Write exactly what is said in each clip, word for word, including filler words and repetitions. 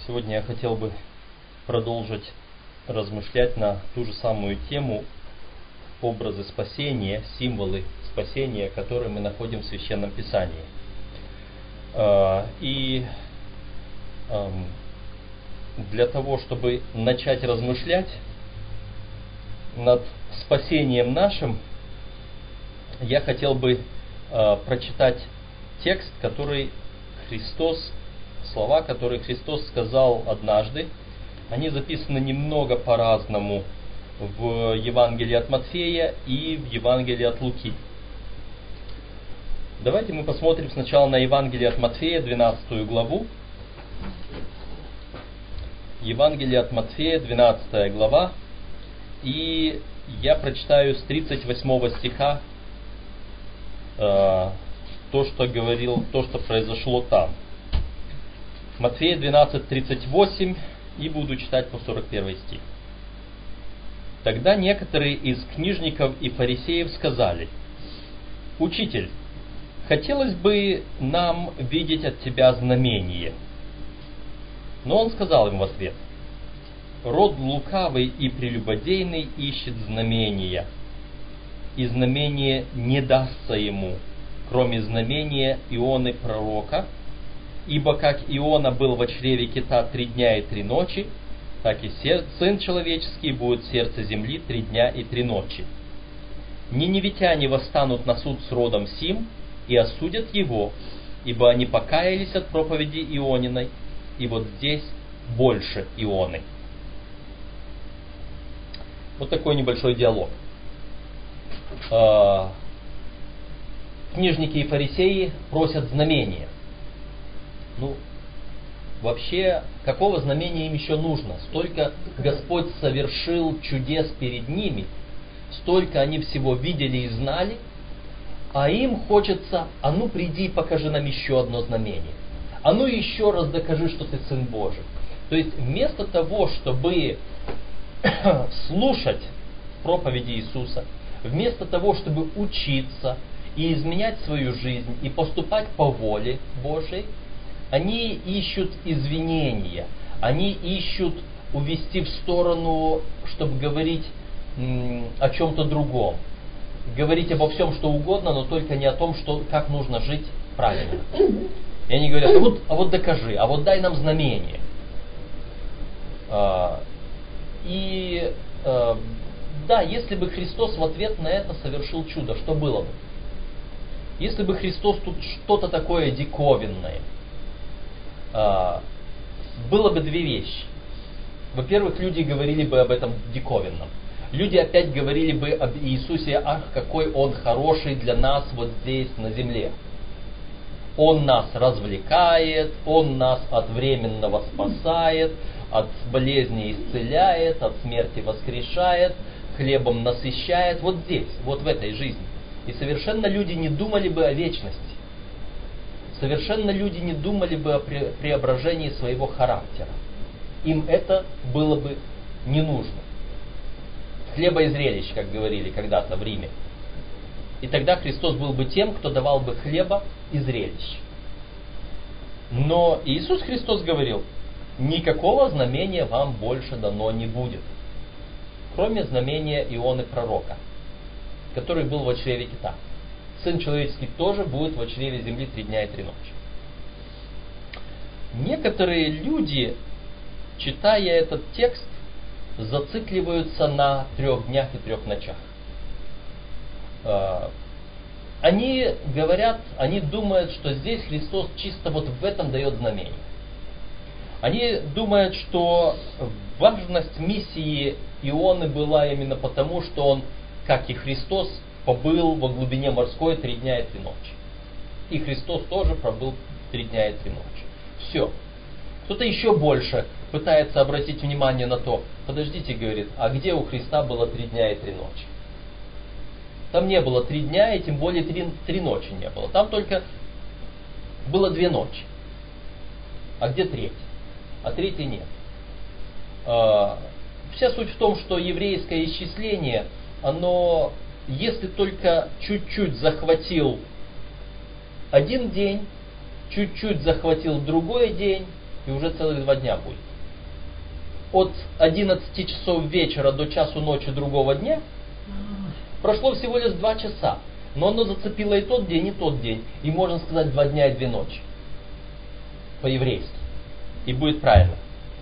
Сегодня я хотел бы продолжить размышлять на ту же самую тему образы спасения, символы спасения, которые мы находим в Священном Писании. И для того, чтобы начать размышлять над спасением нашим, я хотел бы прочитать текст, который Христос, слова, которые Христос сказал однажды. Они записаны немного по-разному в Евангелии от Матфея и в Евангелии от Луки. Давайте мы посмотрим сначала на Евангелие от Матфея, двенадцатую главу. Евангелие от Матфея, двенадцатая глава. И я прочитаю с тридцать восьмого стиха э, то, что говорил, то, что произошло там. Матфея двенадцать, тридцать восемь, и буду читать по сорок первый стих. Тогда некоторые из книжников и фарисеев сказали: «Учитель, хотелось бы нам видеть от тебя знамение». Но он сказал им в ответ: «Род лукавый и прелюбодейный ищет знамения, и знамение не дастся ему, кроме знамения Ионы пророка. Ибо как Иона был во чреве кита три дня и три ночи, так и Сын Человеческий будет в сердце земли три дня и три ночи. Ниневитяне восстанут на суд с родом сим и осудят его, ибо они покаялись от проповеди Иониной, и вот здесь больше Ионы». Вот такой небольшой диалог. Книжники и фарисеи просят знамения. Ну, вообще, какого знамения им еще нужно? Столько Господь совершил чудес перед ними, столько они всего видели и знали, а им хочется: а ну приди и покажи нам еще одно знамение. А ну еще раз докажи, что ты Сын Божий. То есть вместо того, чтобы слушать проповеди Иисуса, вместо того, чтобы учиться и изменять свою жизнь и поступать по воле Божией, они ищут извинения, они ищут увести в сторону, чтобы говорить м, о чем-то другом. Говорить обо всем, что угодно, но только не о том, что, как нужно жить правильно. И они говорят: а вот, а вот докажи, а вот дай нам знамение. А, и а, да, если бы Христос в ответ на это совершил чудо, что было бы? Если бы Христос тут что-то такое диковинное, было бы две вещи. Во-первых, люди говорили бы об этом диковинном. Люди опять говорили бы об Иисусе: ах, какой Он хороший для нас вот здесь, на земле. Он нас развлекает, Он нас от временного спасает, от болезни исцеляет, от смерти воскрешает, хлебом насыщает вот здесь, вот в этой жизни. И совершенно люди не думали бы о вечности. Совершенно люди не думали бы о преображении своего характера. Им это было бы не нужно. Хлеба и зрелищ, как говорили когда-то в Риме. И тогда Христос был бы тем, кто давал бы хлеба и зрелищ. Но Иисус Христос говорил: никакого знамения вам больше дано не будет, кроме знамения Ионы пророка, который был во чреве кита. Сын Человеческий тоже будет во чреве земли три дня и три ночи. Некоторые люди, читая этот текст, зацикливаются на трех днях и трех ночах. Они говорят, они думают, что здесь Христос чисто вот в этом дает знамение. Они думают, что важность миссии Ионы была именно потому, что он, как и Христос, побыл во глубине морской три дня и три ночи. И Христос тоже пробыл три дня и три ночи. Все. Кто-то еще больше пытается обратить внимание на то: подождите, говорит, а где у Христа было три дня и три ночи? Там не было три дня, и тем более три, три ночи не было. Там только было две ночи. А где третья? А третьей нет. Вся суть в том, что еврейское исчисление, оно, если только чуть-чуть захватил один день, чуть-чуть захватил другой день, и уже целых два дня будет. От одиннадцати часов вечера до часу ночи другого дня прошло всего лишь два часа. Но оно зацепило и тот день, и тот день. И можно сказать два дня и две ночи. По-еврейски. И будет правильно.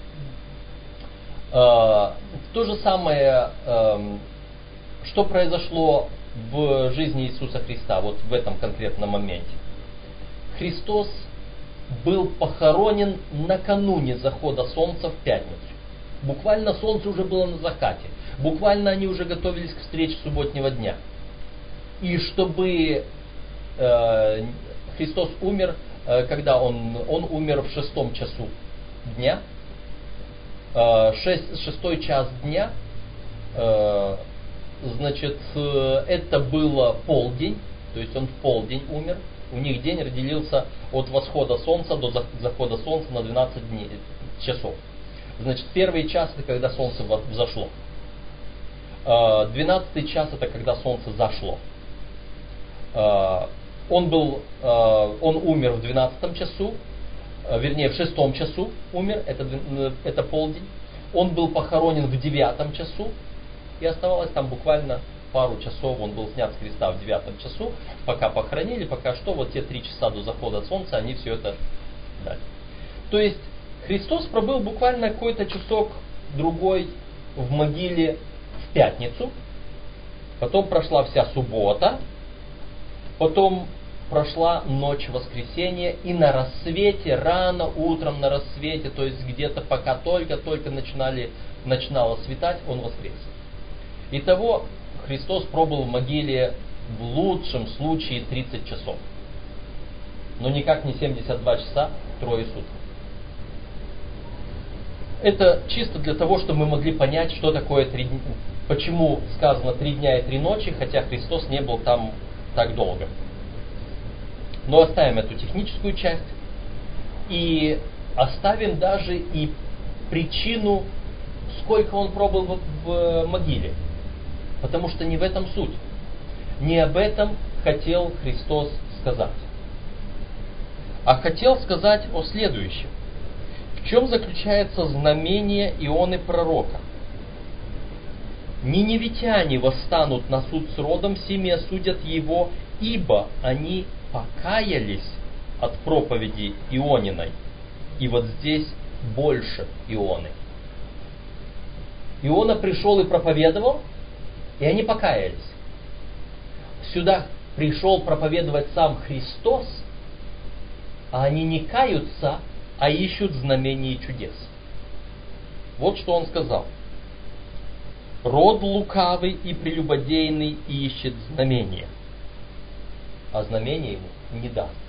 Э, то же самое, э, что произошло в жизни Иисуса Христа, вот в этом конкретном моменте. Христос был похоронен накануне захода солнца в пятницу. Буквально солнце уже было на закате. Буквально они уже готовились к встрече субботнего дня. И чтобы э, Христос умер, э, когда он, он умер в шестом часу дня, э, шесть, шестой час дня, э, значит, э, это было полдень, то есть он в полдень умер. У них день разделился от восхода солнца до захода солнца на двенадцать дней, часов. Значит, первый час это когда солнце взошло. Двенадцатый час это когда солнце зашло. Он был, он умер в двенадцатом часу, вернее в шестом часу умер, это, это полдень. Он был похоронен в девятом часу, и оставалось там буквально пару часов, он был снят с креста в девятом часу, пока похоронили, пока что, вот те три часа до захода солнца, они все это дали. То есть Христос пробыл буквально какой-то часок другой в могиле в пятницу, потом прошла вся суббота, потом прошла ночь воскресенья, и на рассвете, рано утром на рассвете, то есть где-то пока только-только начинали, начинало светать, он воскрес. Итого Христос пробыл в могиле в лучшем случае тридцать часов. Но никак не семьдесят два часа, трое суток. Это чисто для того, чтобы мы могли понять, что такое три дня, почему сказано три дня и три ночи, хотя Христос не был там так долго. Но оставим эту техническую часть и оставим даже и причину, сколько он пробыл в, в могиле. Потому что не в этом суть. Не об этом хотел Христос сказать. А хотел сказать о следующем. В чем заключается знамение Ионы пророка? Ниневитяне восстанут на суд с родом сим и осудят его, ибо они покаялись от проповеди Иониной. И вот здесь больше Ионы. Иона пришел и проповедовал, и они покаялись. Сюда пришел проповедовать сам Христос, а они не каются, а ищут знамений и чудес. Вот что он сказал. Род лукавый и прелюбодейный ищет знамения, а знамения ему не дастся.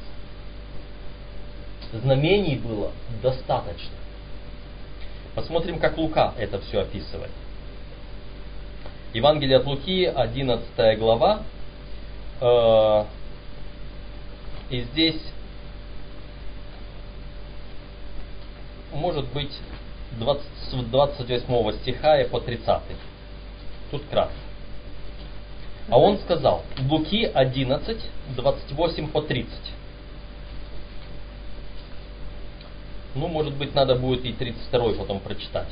Знамений было достаточно. Посмотрим, как Лука это все описывает. Евангелие от Луки, одиннадцатая глава. Э, и здесь, может быть, с двадцать восьмого стиха и по тридцатый. Тут кратко. А он сказал, Луки одиннадцать, двадцать восемь по тридцать. Ну, может быть, надо будет и тридцать второй потом прочитать.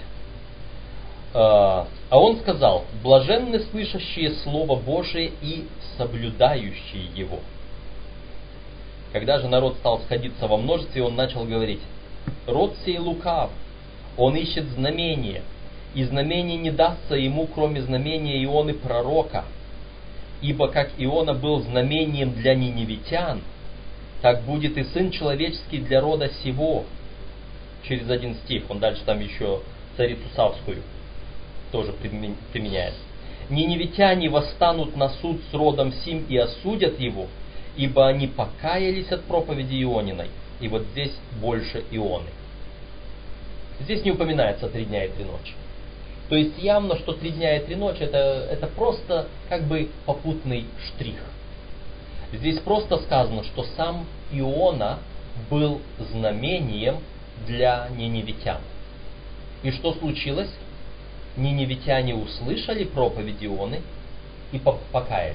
А он сказал, блаженны слышащие Слово Божие и соблюдающие его. Когда же народ стал сходиться во множестве, он начал говорить, род сей лукав, он ищет знамения, и знамение не дастся ему, кроме знамения Ионы пророка. Ибо как Иона был знамением для ниневитян, так будет и Сын Человеческий для рода сего. Через один стих, он дальше там еще царицу Савскую тоже применяет. Ниневитяне восстанут на суд с родом сим и осудят его, ибо они покаялись от проповеди Иониной. И вот здесь больше Ионы. Здесь не упоминается три дня и три ночи. То есть явно, что три дня и три ночи это, это просто как бы попутный штрих. Здесь просто сказано, что сам Иона был знамением для ниневитян. И что случилось? Ниневитяне услышали проповедь Ионы и покаялись.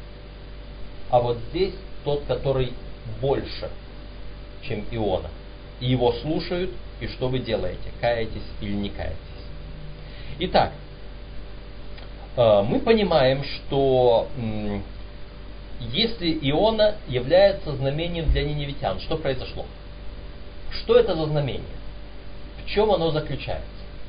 А вот здесь тот, который больше, чем Иона. его слушают, и что вы делаете, каетесь или не каетесь. Итак, мы понимаем, что если Иона является знамением для ниневитян, что произошло? Что это за знамение? В чем оно заключается?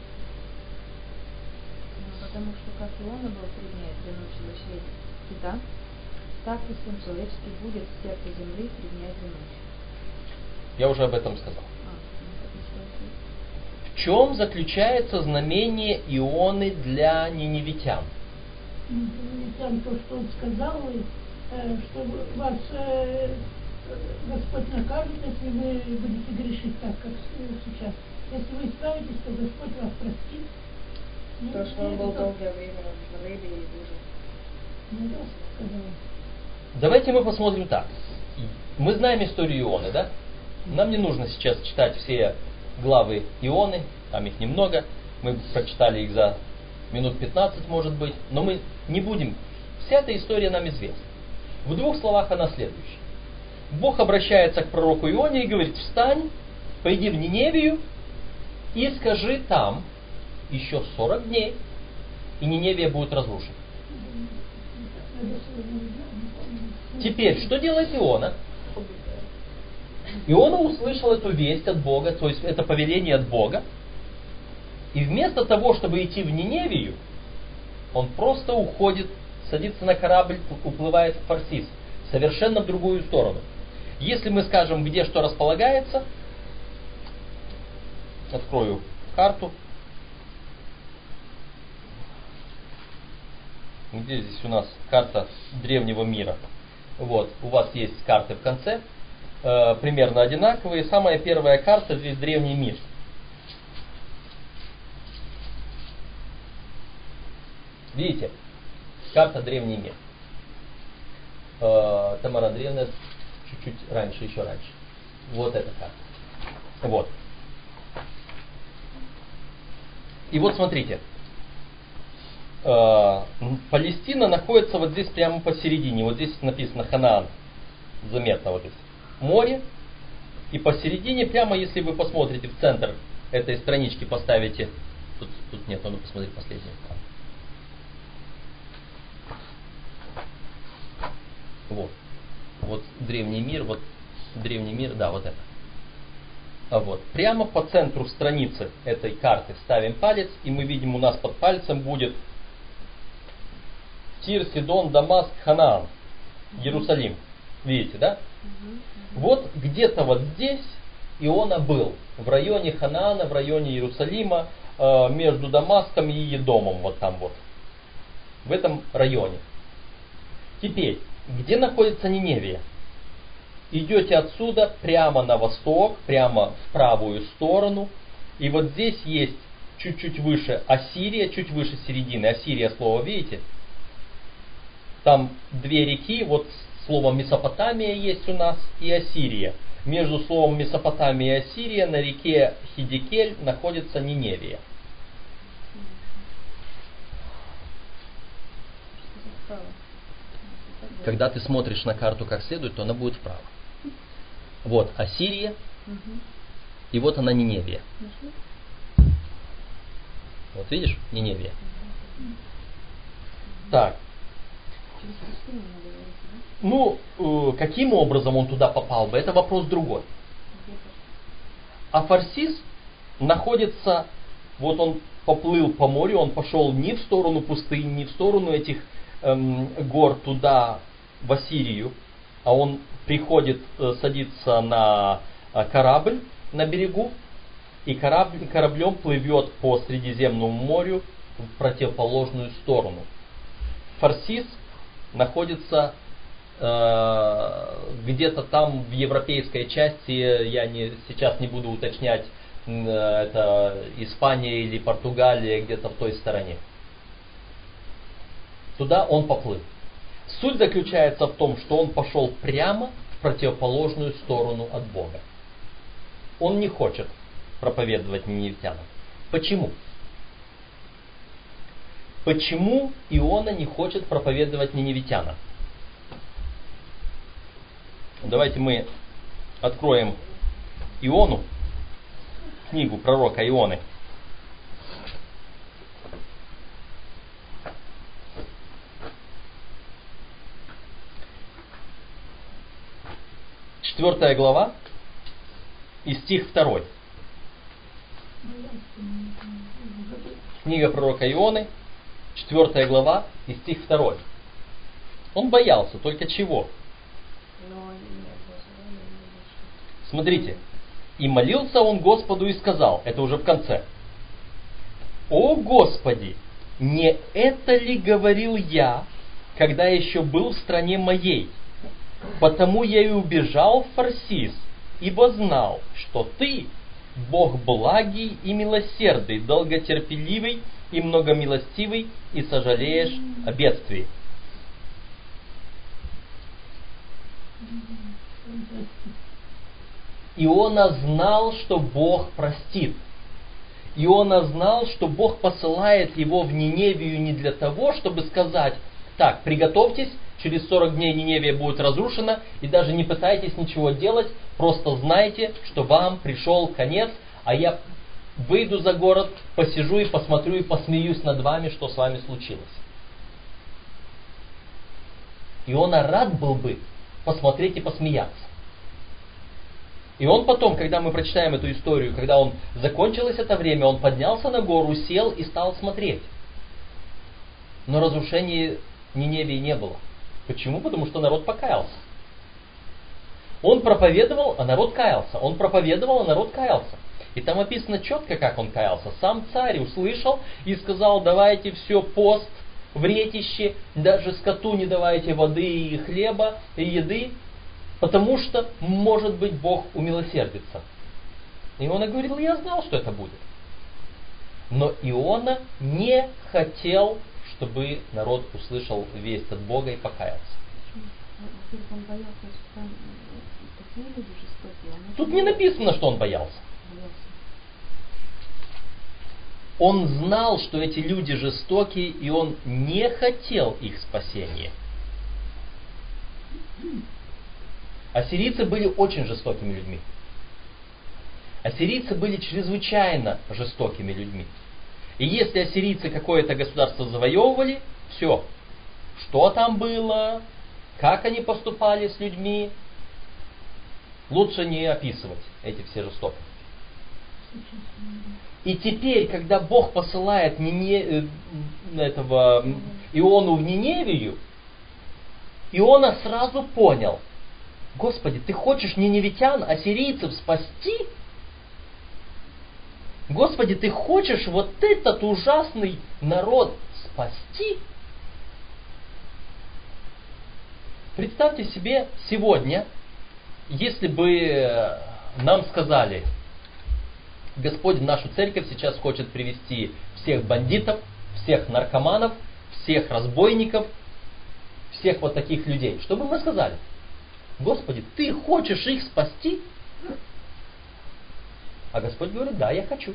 Ну, потому что как Иона был три дня и три ночи во чреве кита, так и Сын Человеческий будет в сердце земли три дня и три ночи. Я уже об этом сказал. А, в чем заключается знамение Ионы для ниневитян? Ниневитян то, что он сказал, что вас Господь накажет, если вы будете грешить так, как сейчас. Если вы исправитесь, то Господь вас простит. То, что он был долгое время в рыбе и выжил. Ну да, сказал. Давайте мы посмотрим так. Мы знаем историю Ионы, да? Нам не нужно сейчас читать все главы Ионы, там их немного. Мы прочитали их за минут пятнадцать, может быть, но мы не будем. Вся эта история нам известна. В двух словах она следующая. Бог обращается к пророку Ионе и говорит: встань, пойди в Ниневию и скажи там еще сорок дней, и Ниневия будет разрушена. Теперь, что делает Иона? Иона услышал эту весть от Бога, то есть это повеление от Бога, и вместо того, чтобы идти в Ниневию, он просто уходит, садится на корабль, уплывает в Фарсис, совершенно в другую сторону. Если мы скажем, где что располагается, открою карту. Где здесь у нас карта древнего мира? Вот, у вас есть карты в конце, э, примерно одинаковые. Самая первая карта здесь древний мир. Видите? Карта древний мир. Э, Тамара древняя, чуть-чуть раньше, еще раньше. Вот эта карта. Вот. И вот смотрите. Э, Палестина находится вот здесь прямо посередине. Вот здесь написано Ханаан. Заметно вот здесь. Море. И посередине, прямо если вы посмотрите в центр этой странички, поставите... Тут, тут нет, надо посмотреть последнюю. Вот. Вот древний мир, вот древний мир, да, вот это. А вот. Прямо по центру страницы этой карты ставим палец, и мы видим, у нас под пальцем будет Тир, Сидон, Дамаск, Ханаан, Иерусалим. Видите, да? Вот где-то вот здесь Иона был, в районе Ханаана, в районе Иерусалима, между Дамаском и Едомом, вот там вот. В этом районе. Теперь, где находится Ниневия? Идете отсюда прямо на восток, прямо в правую сторону. И вот здесь есть чуть-чуть выше Ассирия, чуть выше середины. Ассирия слово видите? Там две реки, вот слово Месопотамия есть у нас и Ассирия. Между словом Месопотамия и Ассирия на реке Хидикель находится Ниневия. Когда ты смотришь на карту как следует, то она будет вправо. Вот Ассирия, угу. И вот она Ниневия. Угу. Вот видишь, Ниневия. Угу. Так. Ну, э, каким образом он туда попал бы, это вопрос другой. А Фарсис находится, вот он поплыл по морю, он пошел не в сторону пустынь, не в сторону этих эм, гор туда, в Ассирию, а он приходит, э, садится на э, корабль на берегу, и корабль, кораблем плывет по Средиземному морю в противоположную сторону. Фарсис находится э, где-то там в европейской части, я не, сейчас не буду уточнять, э, это Испания или Португалия, где-то в той стороне. Туда он поплыл. Суть заключается в том, что он пошел прямо в противоположную сторону от Бога. Он не хочет проповедовать ниневитянам. Почему? Почему Иона не хочет проповедовать ниневитянам? Давайте мы откроем Иону, книгу пророка Ионы. Четвертая глава и стих второй. Книга пророка Ионы, четвертая глава и стих второй. Он боялся, только чего? Смотрите. И молился он Господу и сказал, это уже в конце: «О Господи, не это ли говорил я, когда еще был в стране моей? Потому я и убежал в Фарсис, ибо знал, что Ты, Бог благий и милосердный, долготерпеливый и многомилостивый, и сожалеешь о бедствии». Иона знал, что Бог простит. Иона знал, что Бог посылает его в Ниневию не для того, чтобы сказать: так, приготовьтесь, через сорок дней Ниневия будет разрушена, и даже не пытайтесь ничего делать, просто знайте, что вам пришел конец, а я выйду за город, посижу и посмотрю и посмеюсь над вами, что с вами случилось. Иона рад был бы посмотреть и посмеяться. И он потом, когда мы прочитаем эту историю, когда он закончилось это время, он поднялся на гору, сел и стал смотреть. Но разрушения Ниневии не было. Почему? Потому что народ покаялся. Он проповедовал, а народ каялся. Он проповедовал, а народ каялся. И там описано четко, как он каялся. Сам царь услышал и сказал: давайте все, пост, вретище, даже скоту не давайте воды и хлеба и еды, потому что, может быть, Бог умилосердится. И Иона говорил: я знал, что это будет. Но Иона не хотел, чтобы народ услышал весть от Бога и покаялся. Он боялся, что там такие люди жестокие. Тут не написано, что он боялся. Боялся. Он знал, что эти люди жестокие, и он не хотел их спасения. Ассирийцы были очень жестокими людьми. Ассирийцы были чрезвычайно жестокими людьми. И если ассирийцы какое-то государство завоевывали, все, что там было, как они поступали с людьми, лучше не описывать эти все жестокости. И теперь, когда Бог посылает Нине, этого, Иону в Ниневию, Иона сразу понял: Господи, Ты хочешь ниневитян, ассирийцев спасти? Господи, Ты хочешь вот этот ужасный народ спасти? Представьте себе сегодня, если бы нам сказали: Господь в нашу церковь сейчас хочет привести всех бандитов, всех наркоманов, всех разбойников, всех вот таких людей. Что бы мы сказали? Господи, Ты хочешь их спасти? А Господь говорит: да, я хочу.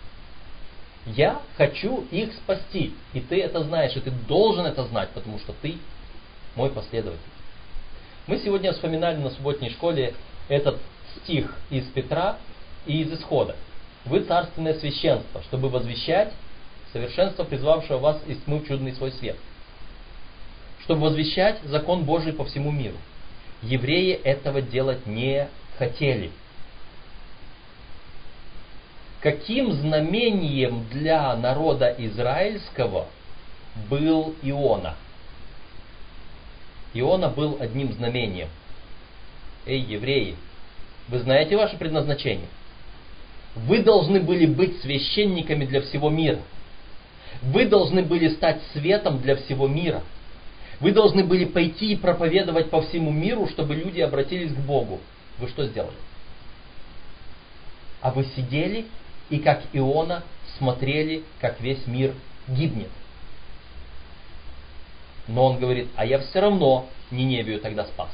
Я хочу их спасти. И ты это знаешь, и ты должен это знать, потому что ты мой последователь. Мы сегодня вспоминали на субботней школе этот стих из Петра и из Исхода. Вы царственное священство, чтобы возвещать совершенство, призвавшего вас из тьмы в чудный свой свет. Чтобы возвещать закон Божий по всему миру. Евреи этого делать не хотели. Каким знамением для народа израильского был Иона? Иона был одним знамением. Эй, евреи, вы знаете ваше предназначение? Вы должны были быть священниками для всего мира. Вы должны были стать светом для всего мира. Вы должны были пойти и проповедовать по всему миру, чтобы люди обратились к Богу. Вы что сделали? А вы сидели и, как Иона, смотрели, как весь мир гибнет. Но он говорит: а я все равно Ниневию тогда спас.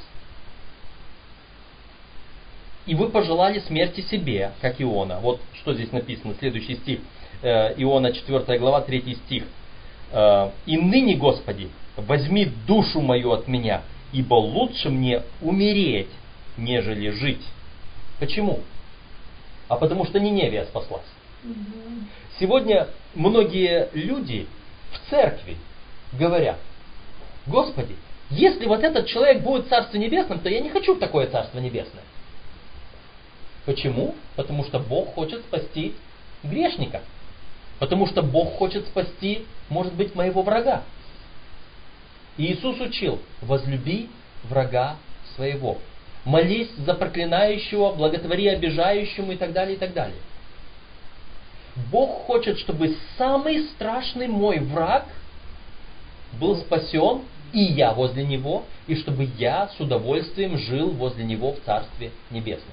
И вы пожелали смерти себе, как Иона. Вот что здесь написано, следующий стих. Иона четвёртая глава, третий стих. «И ныне, Господи, возьми душу мою от меня, ибо лучше мне умереть, нежели жить». Почему? а потому что Ниневия спаслась. Сегодня многие люди в церкви говорят: Господи, если вот этот человек будет в Царстве Небесном, то я не хочу в такое Царство Небесное. Почему? Потому что Бог хочет спасти грешника. Потому что Бог хочет спасти, может быть, моего врага. И Иисус учил: возлюби врага своего. Молись за проклинающего, благотвори обижающему и так далее, и так далее. Бог хочет, чтобы самый страшный мой враг был спасен, и я возле него, и чтобы я с удовольствием жил возле него в Царстве Небесном.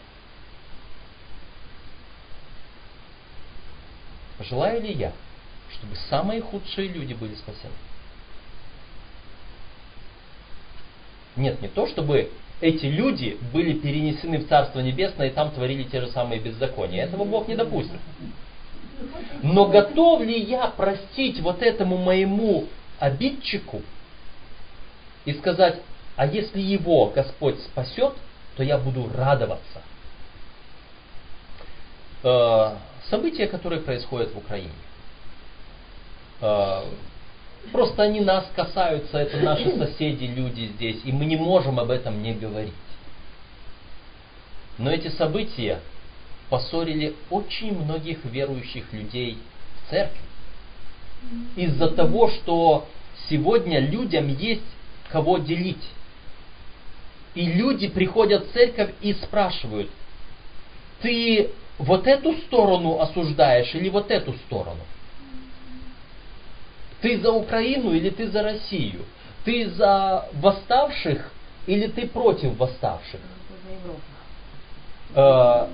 Желаю ли я, чтобы самые худшие люди были спасены? Нет, не то, чтобы эти люди были перенесены в Царство Небесное и там творили те же самые беззакония. Этого Бог не допустит. Но готов ли я простить вот этому моему обидчику и сказать: а если его Господь спасет, то я буду радоваться? Э, события, которые происходят в Украине. Э, просто они нас касаются, это наши соседи, люди здесь, и мы не можем об этом не говорить. Но эти события поссорили очень многих верующих людей в церкви. Из-за того, что сегодня людям есть кого делить. И люди приходят в церковь и спрашивают: ты вот эту сторону осуждаешь или вот эту сторону? Ты за Украину или ты за Россию? Ты за восставших или ты против восставших? Э,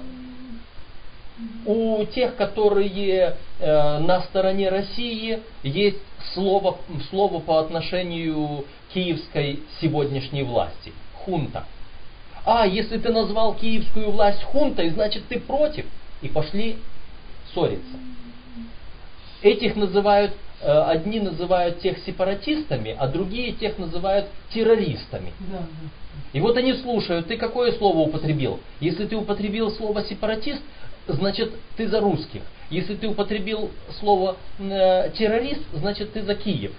у тех, которые э, на стороне России, есть слово, слово по отношению к киевской сегодняшней власти. Хунта. А, если ты назвал киевскую власть хунтой, значит ты против. И пошли ссориться. Этих называют, э, одни называют тех сепаратистами, а другие тех называют террористами. Да, да. И вот они слушают, ты какое слово употребил? Если ты употребил слово сепаратист, значит ты за русских. Если ты употребил слово э, террорист, значит ты за Киев.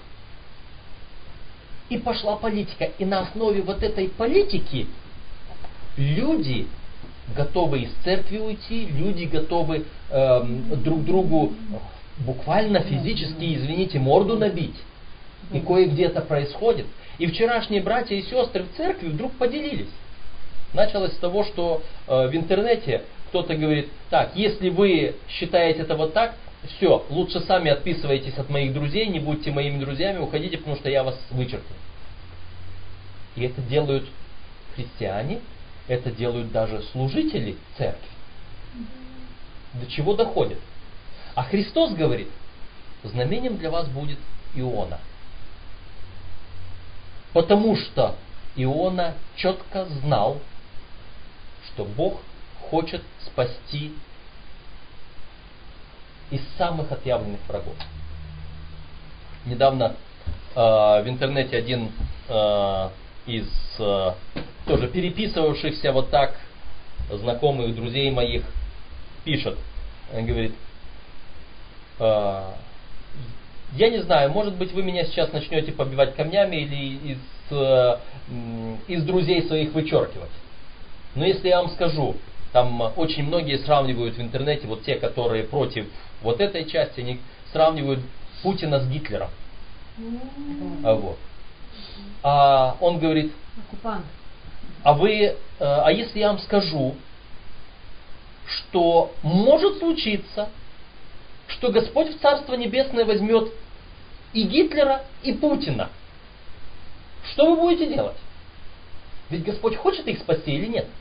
И пошла политика. И на основе вот этой политики люди готовы из церкви уйти, люди готовы э, друг другу буквально физически, извините, морду набить. И кое-где это происходит. И вчерашние братья и сестры в церкви вдруг поделились. Началось с того, что э, в интернете кто-то говорит: так, если вы считаете это вот так, все, лучше сами отписывайтесь от моих друзей, не будьте моими друзьями, уходите, потому что я вас вычеркну. И это делают христиане, это делают даже служители церкви. До чего доходит? А Христос говорит: знамением для вас будет Иона. Потому что Иона четко знал, что Бог хочет спасти из самых отъявленных врагов. Недавно э, в интернете один э, из э, тоже переписывавшихся вот так знакомых, друзей моих пишет, он говорит: э, я не знаю, может быть, вы меня сейчас начнете побивать камнями или из, э, из друзей своих вычеркивать. Но если я вам скажу, там очень многие сравнивают в интернете, вот те, которые против вот этой части, они сравнивают Путина с Гитлером. А, вот. А он говорит: Оккупант. а вы, а если я вам скажу, что может случиться, что Господь в Царство Небесное возьмет и Гитлера, и Путина, что вы будете делать? Ведь Господь хочет их спасти или нет?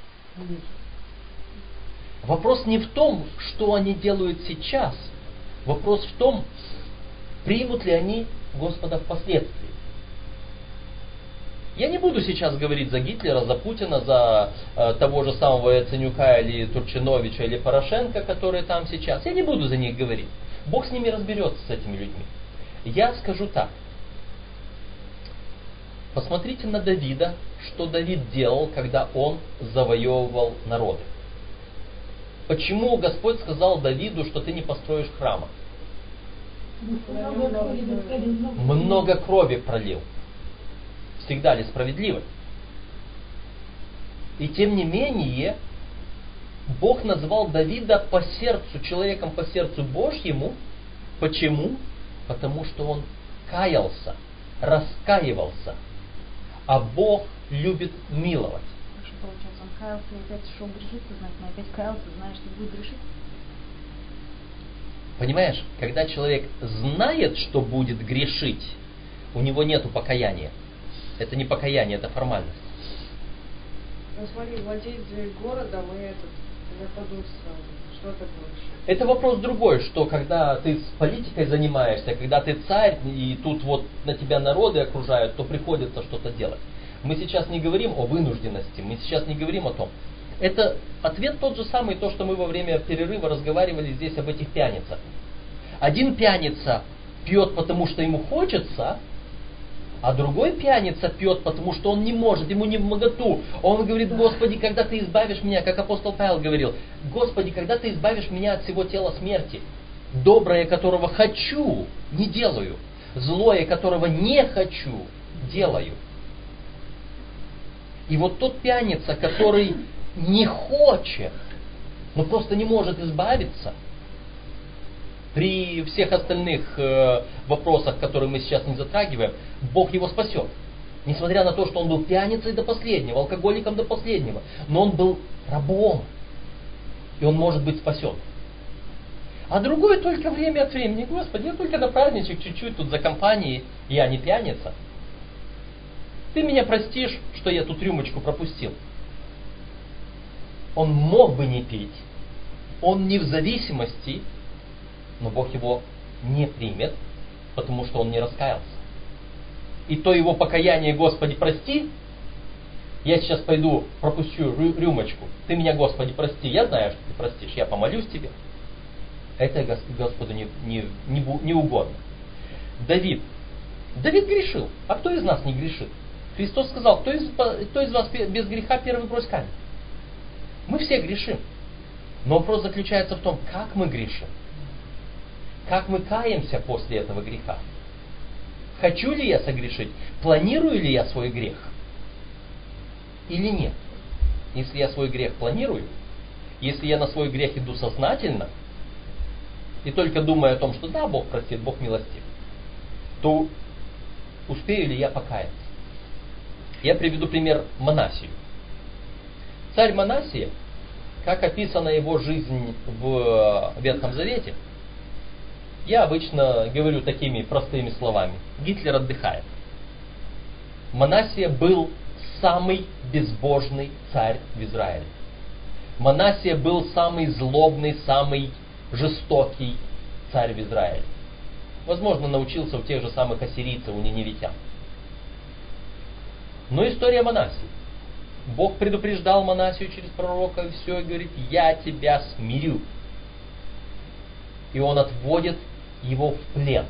Вопрос не в том, что они делают сейчас. Вопрос в том, примут ли они Господа впоследствии. Я не буду сейчас говорить за Гитлера, за Путина, за э, того же самого Яценюка или Турчиновича или Порошенко, которые там сейчас. Я не буду за них говорить. Бог с ними разберется, с этими людьми. Я скажу так. Посмотрите на Давида, что Давид делал, когда он завоевывал народы. Почему Господь сказал Давиду, что ты не построишь храма? Много крови пролил, много. Много крови пролил. Всегда ли справедливо? И тем не менее, Бог назвал Давида по сердцу, человеком по сердцу Божьему. Почему? Потому что он каялся, раскаивался. А Бог любит миловать. Так что получается, он каялся и опять шел грешить, сознательно, опять каялся, зная, что будет грешить. Понимаешь, когда человек знает, что будет грешить, у него нету покаяния. Это не покаяние, это формальность. Ну смотри, владеть городом и этот, западутство, что это больше? Это вопрос другой, что когда ты с политикой занимаешься, когда ты царь, и тут вот на тебя народы окружают, то приходится что-то делать. Мы сейчас не говорим о вынужденности, мы сейчас не говорим о том. Это ответ тот же самый, то, что мы во время перерыва разговаривали здесь об этих пьяницах. Один пьяница пьет, потому что ему хочется, а другой пьяница пьет, потому что он не может, ему не вмоготу. Он говорит: Господи, когда ты избавишь меня, как апостол Павел говорил, Господи, когда ты избавишь меня от всего тела смерти, доброе, которого хочу, не делаю, злое, которого не хочу, делаю. И вот тот пьяница, который не хочет, но просто не может избавиться, при всех остальных э, вопросах, которые мы сейчас не затрагиваем, Бог его спасет. Несмотря на то, что он был пьяницей до последнего, алкоголиком до последнего, но он был рабом, и он может быть спасен. А другой только время от времени: Господи, я только на праздничек чуть-чуть тут за компанией, я не пьяница. Ты меня простишь, что я тут рюмочку пропустил. Он мог бы не пить, он не в зависимости, но Бог его не примет, потому что он не раскаялся. И то его покаяние: Господи, прости, я сейчас пойду пропущу рю- рюмочку, ты меня, Господи, прости, я знаю, что ты простишь, я помолюсь тебе. Это Господу не, не, не, не угодно. Давид. Давид грешил, а кто из нас не грешит? Христос сказал: кто из, кто из вас без греха, первый брось камень. Мы все грешим. Но вопрос заключается в том, как мы грешим. Как мы каемся после этого греха? Хочу ли я согрешить? Планирую ли я свой грех? Или нет? Если я свой грех планирую, если я на свой грех иду сознательно, и только думаю о том, что да, Бог простит, Бог милостив, то успею ли я покаяться? Я приведу пример Манасию. Царь Манасия, как описана его жизнь в Ветхом Завете, я обычно говорю такими простыми словами: Гитлер отдыхает. Манасия был самый безбожный царь в Израиле. Манасия был самый злобный, самый жестокий царь в Израиле. Возможно, научился у тех же самых ассирийцев, у ниневитян. Но история Манасии. Бог предупреждал Манасию через пророка, и все, и говорит: я тебя смирю. И он отводит его в плен.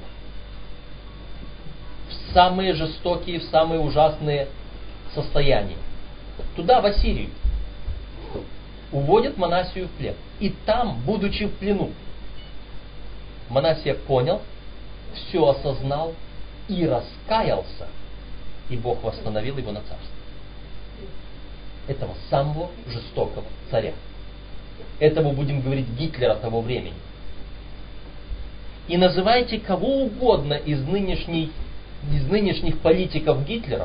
В самые жестокие, в самые ужасные состояния. Туда, в Ассирию. Уводит Манасию в плен. И там, будучи в плену, Манасия понял, все осознал и раскаялся. И Бог восстановил его на царство. Этого самого жестокого царя. Этого, будем говорить, Гитлера того времени. И называйте кого угодно из, нынешней, из нынешних политиков Гитлером,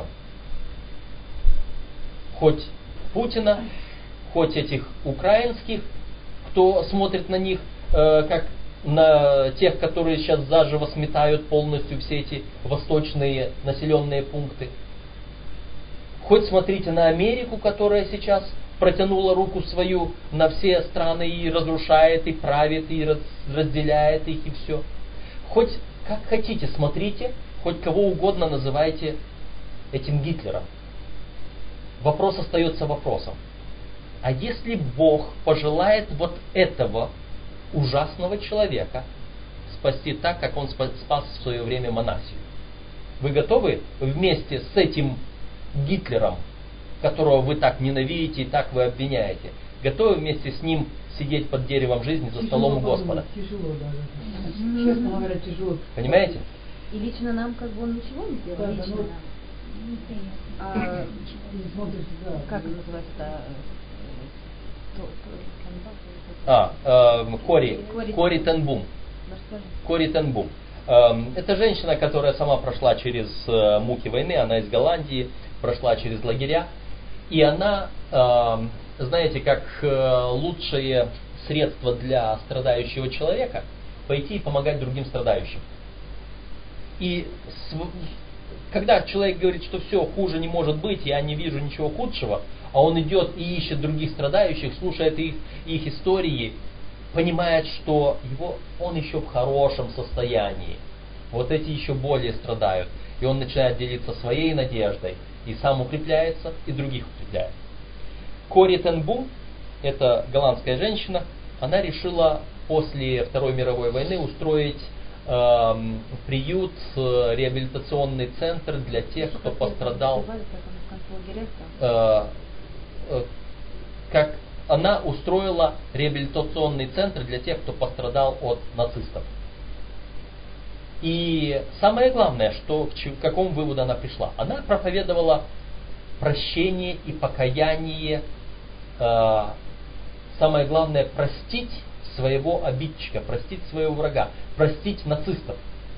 хоть Путина, хоть этих украинских, кто смотрит на них э, как на тех, которые сейчас заживо сметают полностью все эти восточные населенные пункты. Хоть смотрите на Америку, которая сейчас протянула руку свою на все страны и разрушает, и правит, и раз, разделяет их, и все. Хоть как хотите, смотрите, хоть кого угодно называйте этим Гитлером. Вопрос остается вопросом. А если Бог пожелает вот этого ужасного человека спасти так, как Он спас в свое время Манасию? Вы готовы вместе с этим Гитлером, которого вы так ненавидите и так вы обвиняете, готовы вместе с ним сидеть под деревом жизни за столом у Господа. Тяжело даже. Честно говоря, тяжело. Понимаете? И лично нам как бы он ничего не сделал, Да, да, лично ну, нам. А, И смотришь, да. как это называется? То- то- А, э, Кори, Кори. Кори Тенбум. Расскажи. Кори Тенбум. Эм, Это женщина, которая сама прошла через э, муки войны, она из Голландии, прошла через лагеря. И она, эм, знаете, как э, лучшее средство для страдающего человека пойти и помогать другим страдающим. И св- когда человек говорит, что все, хуже не может быть, я не вижу ничего худшего, а он идет и ищет других страдающих, слушает их, их истории, понимает, что его, он еще в хорошем состоянии. Вот эти еще более страдают. И он начинает делиться своей надеждой. И сам укрепляется, и других укрепляет. Кори Тенбум, это голландская женщина, она решила после Второй мировой войны устроить э, приют, э, реабилитационный центр для тех, кто пострадал. Э, э, как она устроила реабилитационный центр для тех, кто пострадал от нацистов. И самое главное, что, к, чему, к какому выводу она пришла. Она проповедовала прощение и покаяние. Э, самое главное, простить своего обидчика, простить своего врага, простить нацистов.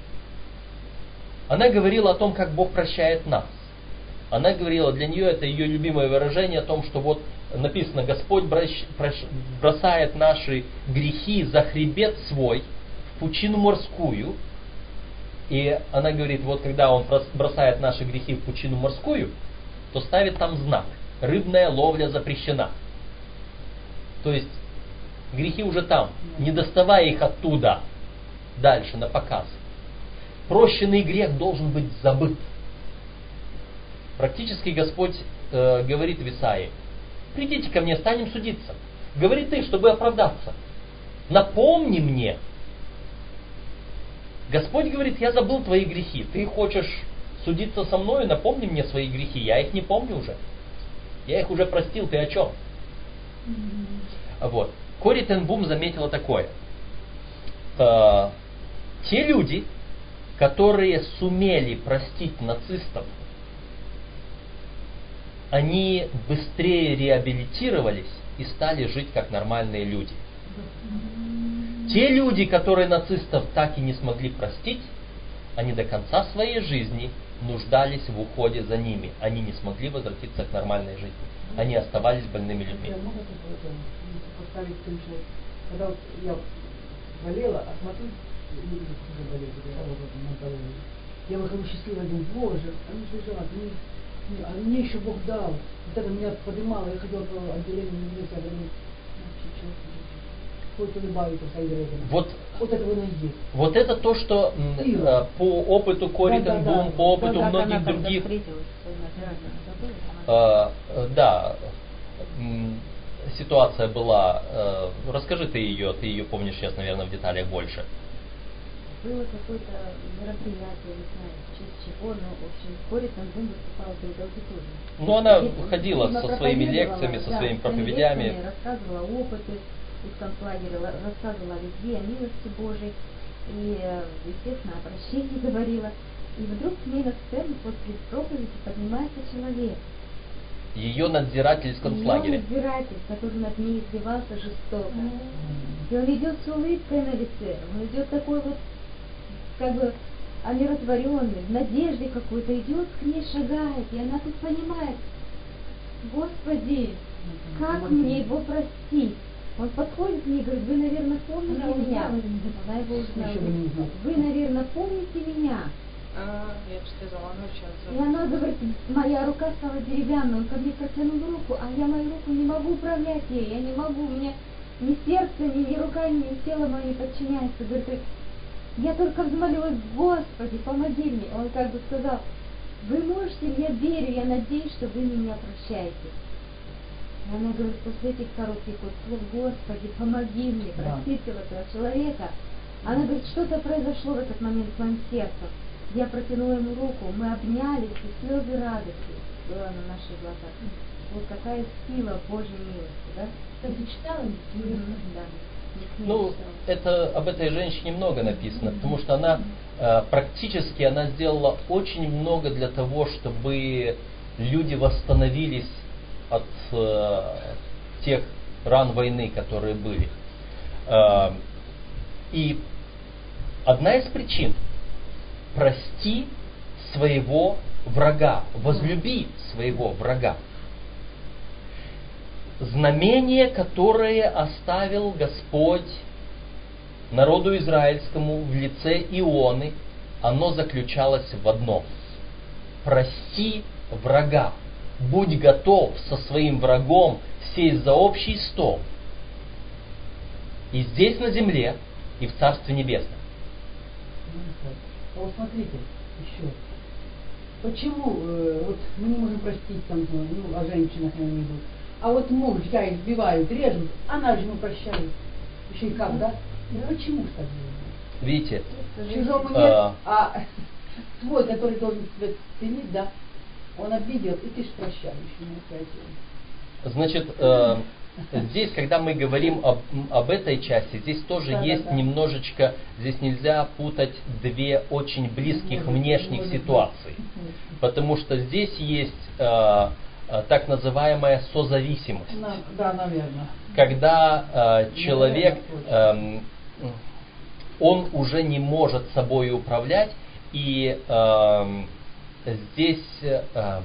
Она говорила о том, как Бог прощает нас. Она говорила, для нее это ее любимое выражение о том, что вот написано, Господь бросает наши грехи за хребет свой в пучину морскую. И она говорит, вот когда Он бросает наши грехи в пучину морскую, то ставит там знак. Рыбная ловля запрещена. То есть грехи уже там, не доставая их оттуда дальше на показ. Прощенный грех должен быть забыт. Практически Господь э, говорит в Исаии, придите ко мне, станем судиться. Говори ты, чтобы оправдаться. Напомни мне. Господь говорит, я забыл твои грехи. Ты хочешь судиться со мною, напомни мне свои грехи. Я их не помню уже. Я их уже простил, ты о чем? Mm-hmm. Вот. Кори Тенбум заметила такое. Э, те люди, которые сумели простить нацистов, они быстрее реабилитировались и стали жить как нормальные люди. Те люди, которые нацистов так и не смогли простить, они до конца своей жизни нуждались в уходе за ними. Они не смогли возвратиться к нормальной жизни. Они оставались больными людьми. Я могу поставить, когда вот я болела, а смотрю, я выхожу счастливо, один, Боже, они же лежат, они, а мне еще Бог дал. Вот это меня поднимало, я ходила по отделению медведя, я говорю, хоть улыбаются свои. Вот, вот это вот и есть. Вот это то, что э, по опыту Кори да, Тенбум, да, да, по опыту да, многих других, э, да, ситуация была. Э, расскажи ты ее, ты ее помнишь сейчас, наверное, в деталях больше. Было какое-то мероприятие, не знаю, в честь чего, но, в общем, Кори Тенбум выступала перед аудиторией. Ну, она Ведь, ходила видимо, со своими лекциями, со да, своими проповедями. проповедями. Рассказывала опыты из концлагеря, рассказывала о любви, о милости Божией. И, естественно, о прощении говорила. И вдруг к ней на сцену после проповеди поднимается человек. Ее надзиратель из концлагеря. Ее надзиратель, который над ней издевался жестоко. Mm-hmm. И он идет с улыбкой на лице. Он идет такой вот, как бы, омиротворенный, в надежде какой-то, идет к ней, шагает. И она тут понимает, Господи, как mm-hmm. мне его простить? Он подходит к ней и говорит, вы, наверное, помните она меня. Она его узнала. Вы, наверное, помните меня. А, я бы сказала, она сейчас. И она говорит, моя рука стала деревянной, он ко мне протянул руку, а я мою руку не могу управлять ей, я не могу, мне ни сердце, ни, ни рука, ни тело мое не подчиняется. Говорит, я только взмолилась, Господи, помоги мне. Он как бы сказал, вы можете, я верю, я надеюсь, что вы меня прощаете. И она говорит, после этих коротких вот слов, Господи, помоги мне простить да. этого человека. Она говорит, что-то произошло в этот момент с моим сердцем. Я протянула ему руку, мы обнялись, и слезы радости было на наших глазах. Вот какая сила Божьей милости, да? Кстати, читала? Мгм, да. Не Ну, читала. это об этой женщине много написано, потому что она э, практически она сделала очень много для того, чтобы люди восстановились от э, тех ран войны, которые были. Э, и одна из причин — прости своего врага, возлюби своего врага. Знамение, которое оставил Господь народу израильскому в лице Ионы, оно заключалось в одном: прости врага, будь готов со своим врагом сесть за общий стол, и здесь на земле, и в Царстве Небесном. А вот смотрите, еще. Почему э, вот мы не можем простить там, ну, о женщинах я не буду. А вот мужья избивают, режут, она же ему прощает. Еще и как, да? Ну почему ж так делать? Видите, Чужому нет, а, а твой, который должен тебя ценить, да, он обидел, и ты ж прощаешь ему опять. значит, э, здесь, когда мы говорим об, об этой части, здесь тоже Да, есть да, да. немножечко, здесь нельзя путать две очень близких Может, внешних может, ситуации. может. Потому что здесь есть э, э, так называемая созависимость. На- да, наверное. Когда э, человек, Наверное, э, он уже не может собой управлять, и э, здесь э,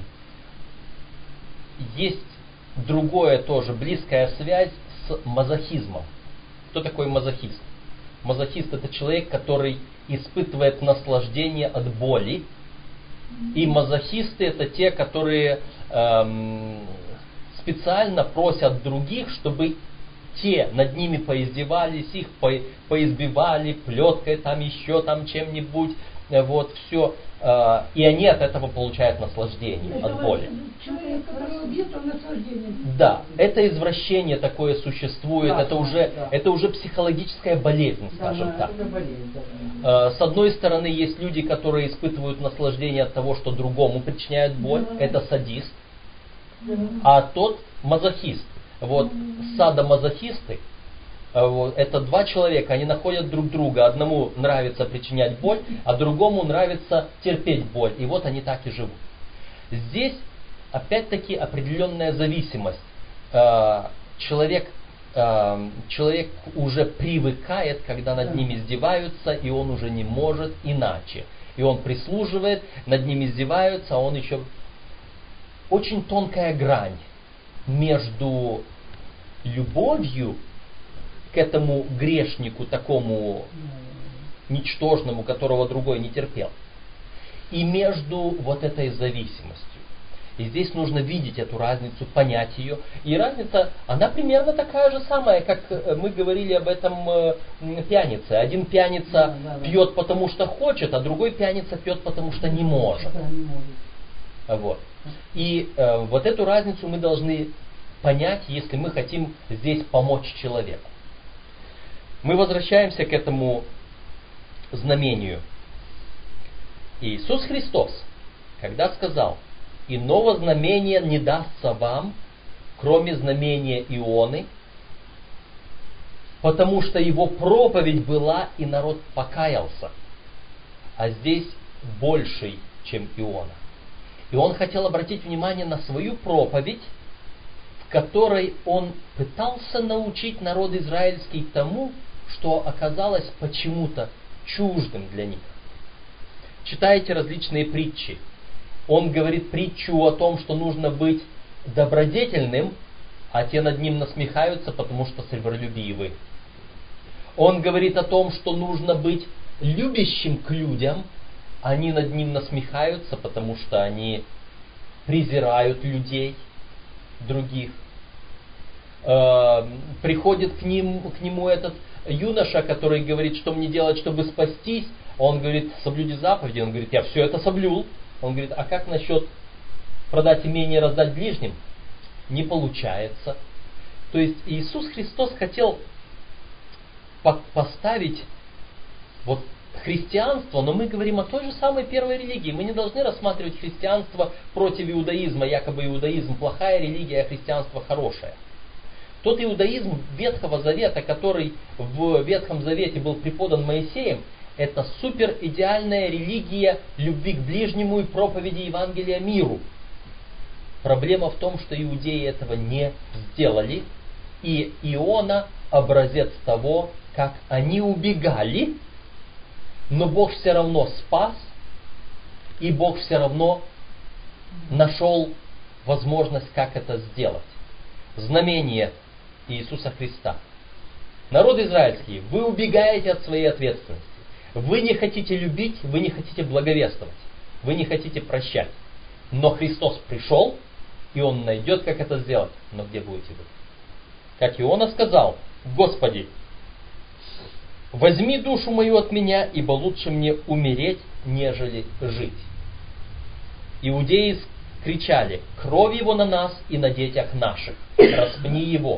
есть другое тоже, близкая связь с мазохизмом. Кто такой мазохист? Мазохист — это человек, который испытывает наслаждение от боли. И мазохисты — это те, которые эм, специально просят других, чтобы те над ними поиздевались, их по, поизбивали плеткой, там еще там чем-нибудь, э, вот все. Э, и они от этого получают наслаждение, Это от боли. человек, который убит, он наслаждение. Да, это извращение такое существует, Да, это, да, уже, да. это уже психологическая болезнь, Да, скажем да, так. это болезнь, да. Э, С одной стороны, есть люди, которые испытывают наслаждение от того, что другому причиняют боль, Да. это садист, Да. а тот мазохист. Вот садомазохисты, э, вот, это два человека, они находят друг друга, одному нравится причинять боль, а другому нравится терпеть боль, и вот они так и живут. Здесь опять-таки определенная зависимость. Э, Человек, э, человек уже привыкает, когда над Да. ним издеваются, и он уже не может иначе. И он прислуживает, над ним издеваются, а он еще... Очень тонкая грань между любовью к этому грешнику, такому ничтожному, которого другой не терпел, и между вот этой зависимостью. И здесь нужно видеть эту разницу, понять ее. И разница, она примерно такая же самая, как мы говорили об этом э, пьянице. Один пьяница Да, да, да. пьет, потому что хочет, а другой пьяница пьет, потому что не может. Да, не может. Вот. И э, вот эту разницу мы должны понять, если мы хотим здесь помочь человеку. Мы возвращаемся к этому знамению. Иисус Христос, когда сказал: «Иного знамения не дастся вам, кроме знамения Ионы, потому что его проповедь была, и народ покаялся». А здесь больший, чем Иона. И он хотел обратить внимание на свою проповедь, в которой он пытался научить народ израильский тому, что оказалось почему-то чуждым для них. Читайте различные притчи. Он говорит притчу о том, что нужно быть добродетельным, а те над ним насмехаются, потому что сребролюбивы. Он говорит о том, что нужно быть любящим к людям, они над ним насмехаются, потому что они презирают людей других. Э, приходит к, ним, к нему этот юноша, который говорит, что мне делать, чтобы спастись. Он говорит: соблюди заповеди. Он говорит: я все это соблюл. Он говорит: а как насчет продать имение и раздать ближним? Не получается. То есть Иисус Христос хотел поставить, вот христианство, но мы говорим о той же самой первой религии. Мы не должны рассматривать христианство против иудаизма, якобы иудаизм плохая религия, а христианство хорошее. Тот иудаизм Ветхого Завета, который в Ветхом Завете был преподан Моисеем, это супер идеальная религия любви к ближнему и проповеди Евангелия миру. Проблема в том, что иудеи этого не сделали, и Иона образец того, как они убегали, но Бог все равно спас, и Бог все равно нашел возможность, как это сделать. Знамение Иисуса Христа. Народ израильский, вы убегаете от своей ответственности. Вы не хотите любить, вы не хотите благовествовать, вы не хотите прощать. Но Христос пришел, и Он найдет, как это сделать. Но где будете вы? Как Иона сказал: Господи, возьми душу мою от меня, ибо лучше мне умереть, нежели жить. Иудеи кричали: кровь его на нас и на детях наших, распни его.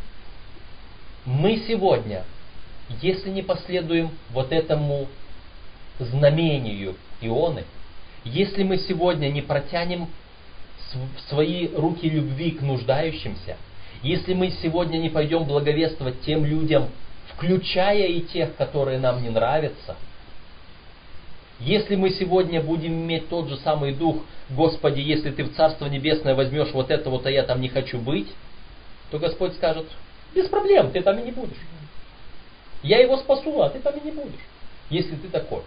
Мы сегодня, если не последуем вот этому знамению Ионы, если мы сегодня не протянем свои руки любви к нуждающимся, если мы сегодня не пойдем благовествовать тем людям, включая и тех, которые нам не нравятся, если мы сегодня будем иметь тот же самый дух: Господи, если Ты в Царство Небесное возьмешь вот это вот, а я там не хочу быть, то Господь скажет: без проблем, ты там и не будешь. Я его спасу, а ты там и не будешь, если ты такой.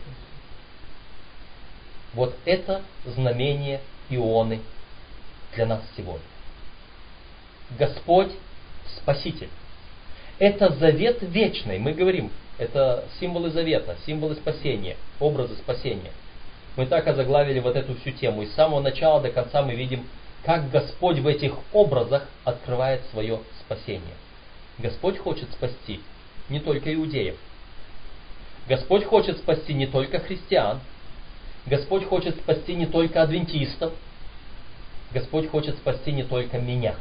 Вот это знамение Ионы для нас сегодня. Господь Спаситель. Это завет вечный. Мы говорим, это символы завета, символы спасения, образы спасения. Мы так озаглавили вот эту всю тему. И с самого начала до конца мы видим, как Господь в этих образах открывает свое спасение. Господь хочет спасти не только иудеев. Господь хочет спасти не только христиан. Господь хочет спасти не только адвентистов. Господь хочет спасти не только меня.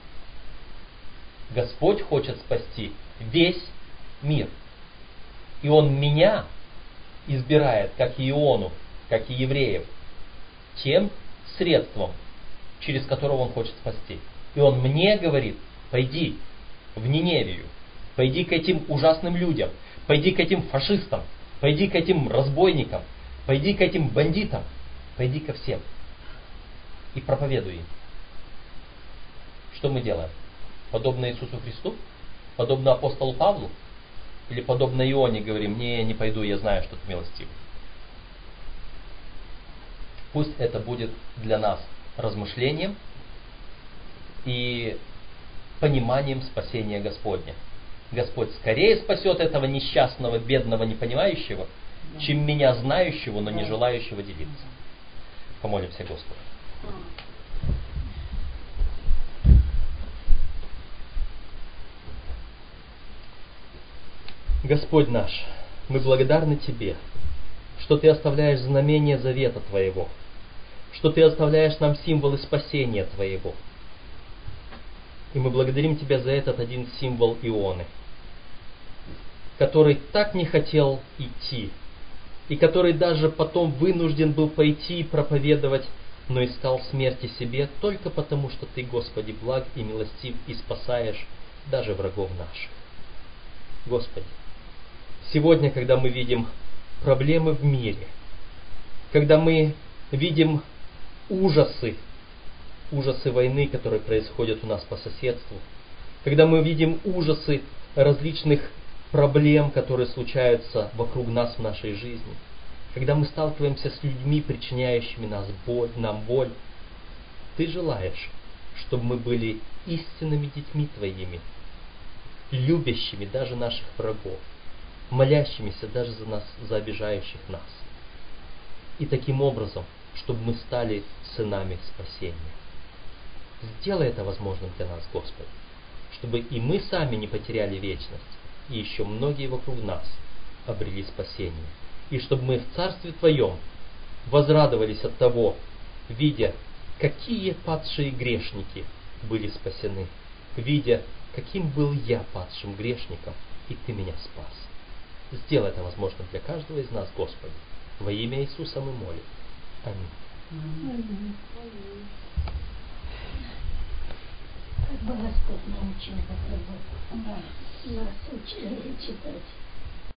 Господь хочет спасти весь мир. И Он меня избирает, как и Иону, как и евреев, тем средством, через которого Он хочет спасти. И Он мне говорит: пойди в Ниневию, пойди к этим ужасным людям, пойди к этим фашистам, пойди к этим разбойникам, пойди к этим бандитам, пойди ко всем и проповедуй им. Что мы делаем? Подобно Иисусу Христу? Подобно апостолу Павлу? Или подобно Ионе говорим: не, я не пойду, я знаю, что ты милостивый. Пусть это будет для нас размышлением и пониманием спасения Господня. Господь скорее спасет этого несчастного, бедного, непонимающего, чем меня знающего, но не желающего делиться. Помолимся Господу. Господь наш, мы благодарны Тебе, что Ты оставляешь знамение завета Твоего, что Ты оставляешь нам символы спасения Твоего. И мы благодарим Тебя за этот один символ Ионы, который так не хотел идти, и который даже потом вынужден был пойти и проповедовать, но искал смерти себе только потому, что Ты, Господи, благ и милостив и спасаешь даже врагов наших. Господи, сегодня, когда мы видим проблемы в мире, когда мы видим ужасы, ужасы войны, которые происходят у нас по соседству, когда мы видим ужасы различных проблем, которые случаются вокруг нас в нашей жизни, когда мы сталкиваемся с людьми, причиняющими нас боль, нам боль, Ты желаешь, чтобы мы были истинными детьми Твоими, любящими даже наших врагов, молящимися даже за нас, за обижающих нас. И таким образом, чтобы мы стали сынами спасения. Сделай это возможным для нас, Господи, чтобы и мы сами не потеряли вечность, и еще многие вокруг нас обрели спасение. И чтобы мы в Царстве Твоем возрадовались от того, видя, какие падшие грешники были спасены, видя, каким был я падшим грешником, и Ты меня спас. Сделай это возможным для каждого из нас, Господи. Во имя Иисуса мы молим. Аминь. Аминь. Как бы Господь научил, как бы нас учили читать.